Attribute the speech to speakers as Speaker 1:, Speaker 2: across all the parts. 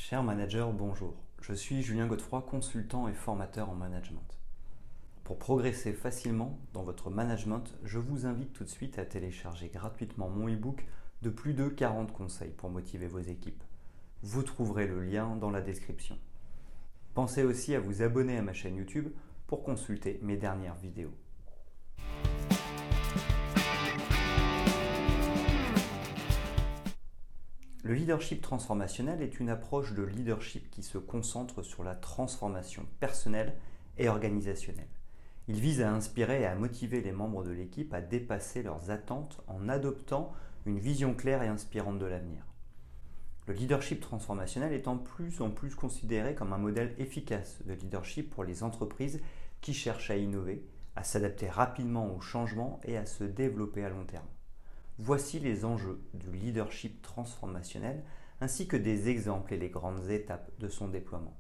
Speaker 1: Cher manager, bonjour. Je suis Julien Godefroy, consultant et formateur en management. Pour progresser facilement dans votre management, je vous invite tout de suite à télécharger gratuitement mon e-book de plus de 40 conseils pour motiver vos équipes. Vous trouverez le lien dans la description. Pensez aussi à vous abonner à ma chaîne YouTube pour consulter mes dernières vidéos. Le leadership transformationnel est une approche de leadership qui se concentre sur la transformation personnelle et organisationnelle. Il vise à inspirer et à motiver les membres de l'équipe à dépasser leurs attentes en adoptant une vision claire et inspirante de l'avenir. Le leadership transformationnel est en plus considéré comme un modèle efficace de leadership pour les entreprises qui cherchent à innover, à s'adapter rapidement aux changements et à se développer à long terme. Voici les enjeux du leadership transformationnel ainsi que des exemples et les grandes étapes de son déploiement.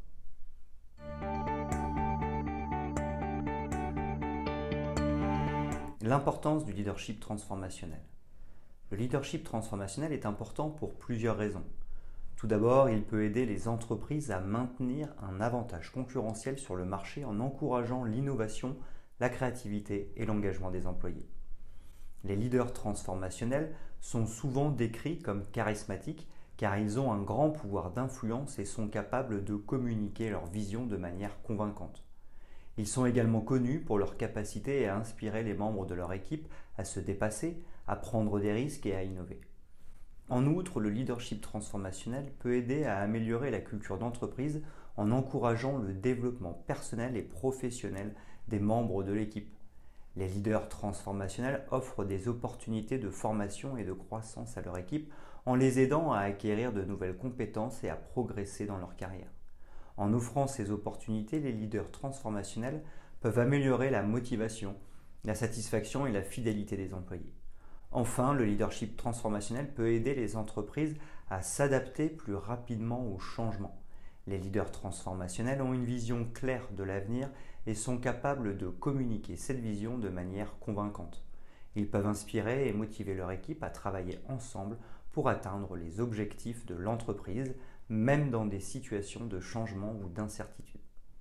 Speaker 1: L'importance du leadership transformationnel. Le leadership transformationnel est important pour plusieurs raisons. Tout d'abord, il peut aider les entreprises à maintenir un avantage concurrentiel sur le marché en encourageant l'innovation, la créativité et l'engagement des employés. Les leaders transformationnels sont souvent décrits comme charismatiques car ils ont un grand pouvoir d'influence et sont capables de communiquer leur vision de manière convaincante. Ils sont également connus pour leur capacité à inspirer les membres de leur équipe à se dépasser, à prendre des risques et à innover. En outre, le leadership transformationnel peut aider à améliorer la culture d'entreprise en encourageant le développement personnel et professionnel des membres de l'équipe. Les leaders transformationnels offrent des opportunités de formation et de croissance à leur équipe en les aidant à acquérir de nouvelles compétences et à progresser dans leur carrière. En offrant ces opportunités, les leaders transformationnels peuvent améliorer la motivation, la satisfaction et la fidélité des employés. Enfin, le leadership transformationnel peut aider les entreprises à s'adapter plus rapidement aux changements. Les leaders transformationnels ont une vision claire de l'avenir et sont capables de communiquer cette vision de manière convaincante. Ils peuvent inspirer et motiver leur équipe à travailler ensemble pour atteindre les objectifs de l'entreprise, même dans des situations de changement ou d'incertitude.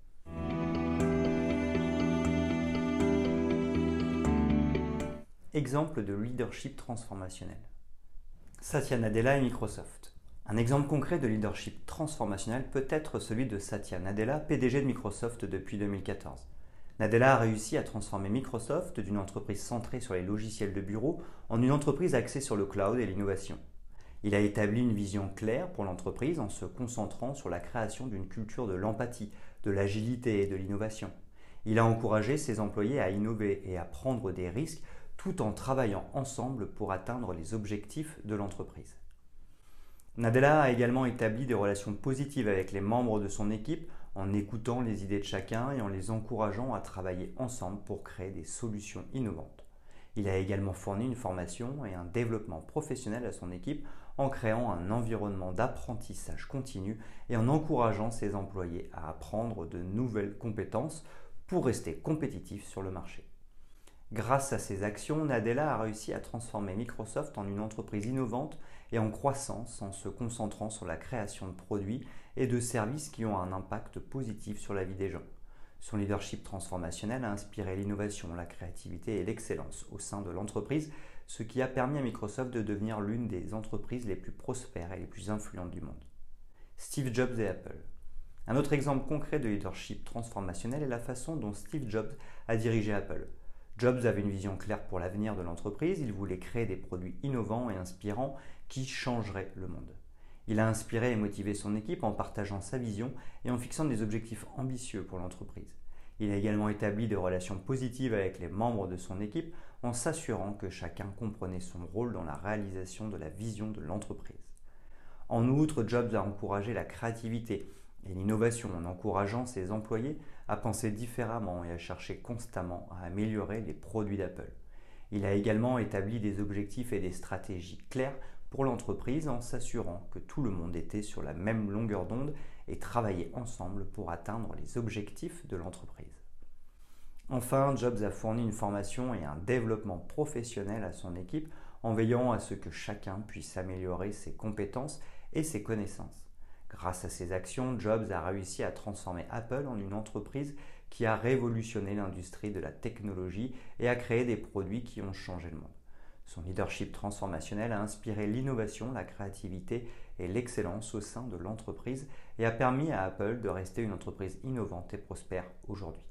Speaker 1: Exemple de leadership transformationnel. Satya Nadella et Microsoft. Un exemple concret de leadership transformationnel peut être celui de Satya Nadella, PDG de Microsoft depuis 2014. Nadella a réussi à transformer Microsoft d'une entreprise centrée sur les logiciels de bureau en une entreprise axée sur le cloud et l'innovation. Il a établi une vision claire pour l'entreprise en se concentrant sur la création d'une culture de l'empathie, de l'agilité et de l'innovation. Il a encouragé ses employés à innover et à prendre des risques tout en travaillant ensemble pour atteindre les objectifs de l'entreprise. Nadella a également établi des relations positives avec les membres de son équipe en écoutant les idées de chacun et en les encourageant à travailler ensemble pour créer des solutions innovantes. Il a également fourni une formation et un développement professionnel à son équipe en créant un environnement d'apprentissage continu et en encourageant ses employés à apprendre de nouvelles compétences pour rester compétitifs sur le marché. Grâce à ces actions, Nadella a réussi à transformer Microsoft en une entreprise innovante et en croissance en se concentrant sur la création de produits et de services qui ont un impact positif sur la vie des gens. Son leadership transformationnel a inspiré l'innovation, la créativité et l'excellence au sein de l'entreprise, ce qui a permis à Microsoft de devenir l'une des entreprises les plus prospères et les plus influentes du monde. Steve Jobs et Apple. Un autre exemple concret de leadership transformationnel est la façon dont Steve Jobs a dirigé Apple. Jobs avait une vision claire pour l'avenir de l'entreprise, il voulait créer des produits innovants et inspirants qui changeraient le monde. Il a inspiré et motivé son équipe en partageant sa vision et en fixant des objectifs ambitieux pour l'entreprise. Il a également établi des relations positives avec les membres de son équipe en s'assurant que chacun comprenait son rôle dans la réalisation de la vision de l'entreprise. En outre, Jobs a encouragé la créativité et l'innovation en encourageant ses employés à penser différemment et à chercher constamment à améliorer les produits d'Apple. Il a également établi des objectifs et des stratégies claires pour l'entreprise en s'assurant que tout le monde était sur la même longueur d'onde et travaillait ensemble pour atteindre les objectifs de l'entreprise. Enfin, Jobs a fourni une formation et un développement professionnel à son équipe en veillant à ce que chacun puisse améliorer ses compétences et ses connaissances. Grâce à ses actions, Jobs a réussi à transformer Apple en une entreprise qui a révolutionné l'industrie de la technologie et a créé des produits qui ont changé le monde. Son leadership transformationnel a inspiré l'innovation, la créativité et l'excellence au sein de l'entreprise et a permis à Apple de rester une entreprise innovante et prospère aujourd'hui.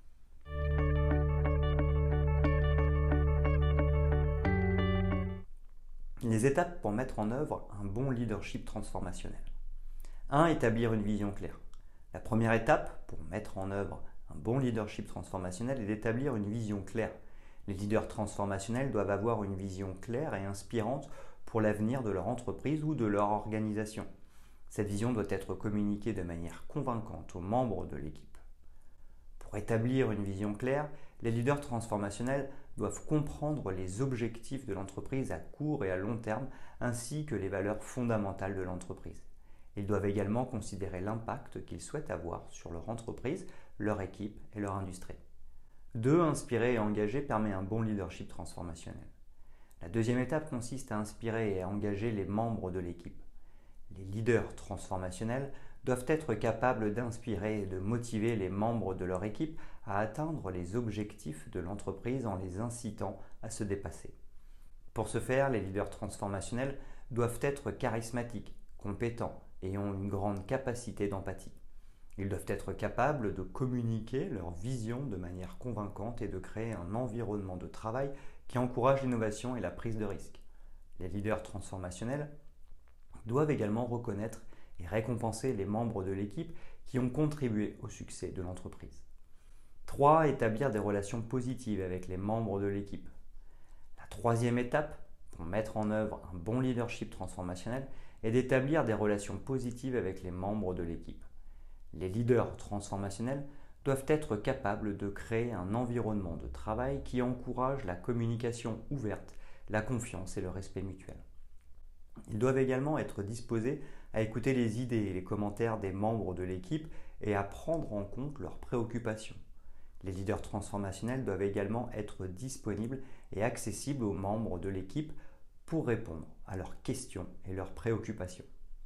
Speaker 1: Les étapes pour mettre en œuvre un bon leadership transformationnel. 1. Établir une vision claire. La première étape pour mettre en œuvre un bon leadership transformationnel est d'établir une vision claire. Les leaders transformationnels doivent avoir une vision claire et inspirante pour l'avenir de leur entreprise ou de leur organisation. Cette vision doit être communiquée de manière convaincante aux membres de l'équipe. Pour établir une vision claire, les leaders transformationnels doivent comprendre les objectifs de l'entreprise à court et à long terme, ainsi que les valeurs fondamentales de l'entreprise. Ils doivent également considérer l'impact qu'ils souhaitent avoir sur leur entreprise, leur équipe et leur industrie. 2. Inspirer et engager permet un bon leadership transformationnel. La deuxième étape consiste à inspirer et à engager les membres de l'équipe. Les leaders transformationnels doivent être capables d'inspirer et de motiver les membres de leur équipe à atteindre les objectifs de l'entreprise en les incitant à se dépasser. Pour ce faire, les leaders transformationnels doivent être charismatiques, compétents et ont une grande capacité d'empathie. Ils doivent être capables de communiquer leur vision de manière convaincante et de créer un environnement de travail qui encourage l'innovation et la prise de risque. Les leaders transformationnels doivent également reconnaître et récompenser les membres de l'équipe qui ont contribué au succès de l'entreprise. 3. Établir des relations positives avec les membres de l'équipe. La troisième étape pour mettre en œuvre un bon leadership transformationnel est d'établir des relations positives avec les membres de l'équipe. Les leaders transformationnels doivent être capables de créer un environnement de travail qui encourage la communication ouverte, la confiance et le respect mutuel. Ils doivent également être disposés à écouter les idées et les commentaires des membres de l'équipe et à prendre en compte leurs préoccupations. Les leaders transformationnels doivent également être disponibles et accessibles aux membres de l'équipe pour répondre à leurs questions et leurs préoccupations.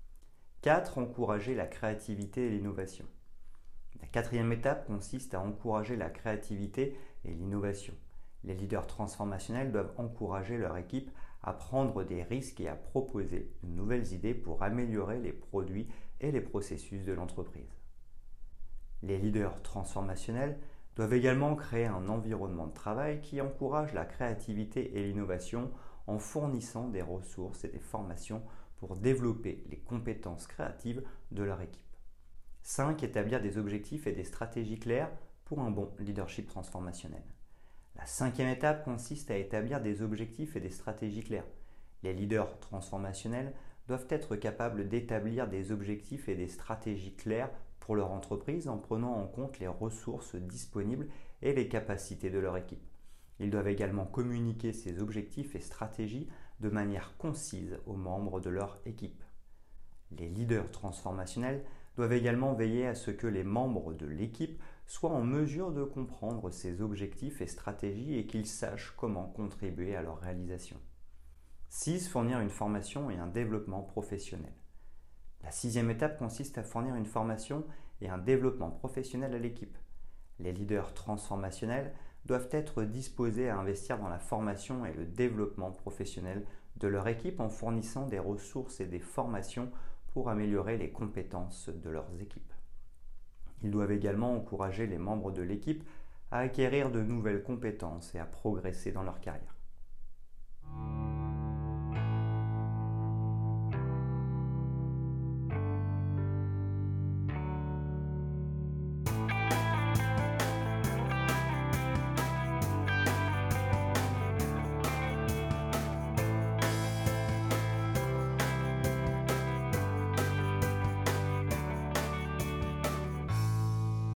Speaker 1: 4. Encourager la créativité et l'innovation. La quatrième étape consiste à encourager la créativité et l'innovation. Les leaders transformationnels doivent encourager leur équipe à prendre des risques et à proposer de nouvelles idées pour améliorer les produits et les processus de l'entreprise. Les leaders transformationnels doivent également créer un environnement de travail qui encourage la créativité et l'innovation en fournissant des ressources et des formations pour développer les compétences créatives de leur équipe. 5. Établir des objectifs et des stratégies claires pour un bon leadership transformationnel. La cinquième étape consiste à établir des objectifs et des stratégies claires. Les leaders transformationnels doivent être capables d'établir des objectifs et des stratégies claires pour leur entreprise en prenant en compte les ressources disponibles et les capacités de leur équipe. Ils doivent également communiquer ces objectifs et stratégies de manière concise aux membres de leur équipe. Les leaders transformationnels doivent également veiller à ce que les membres de l'équipe soient en mesure de comprendre ces objectifs et stratégies et qu'ils sachent comment contribuer à leur réalisation. 6. Fournir une formation et un développement professionnel. La sixième étape consiste à fournir une formation et un développement professionnel à l'équipe. Les leaders transformationnels doivent être disposés à investir dans la formation et le développement professionnel de leur équipe en fournissant des ressources et des formations pour améliorer les compétences de leurs équipes. Ils doivent également encourager les membres de l'équipe à acquérir de nouvelles compétences et à progresser dans leur carrière.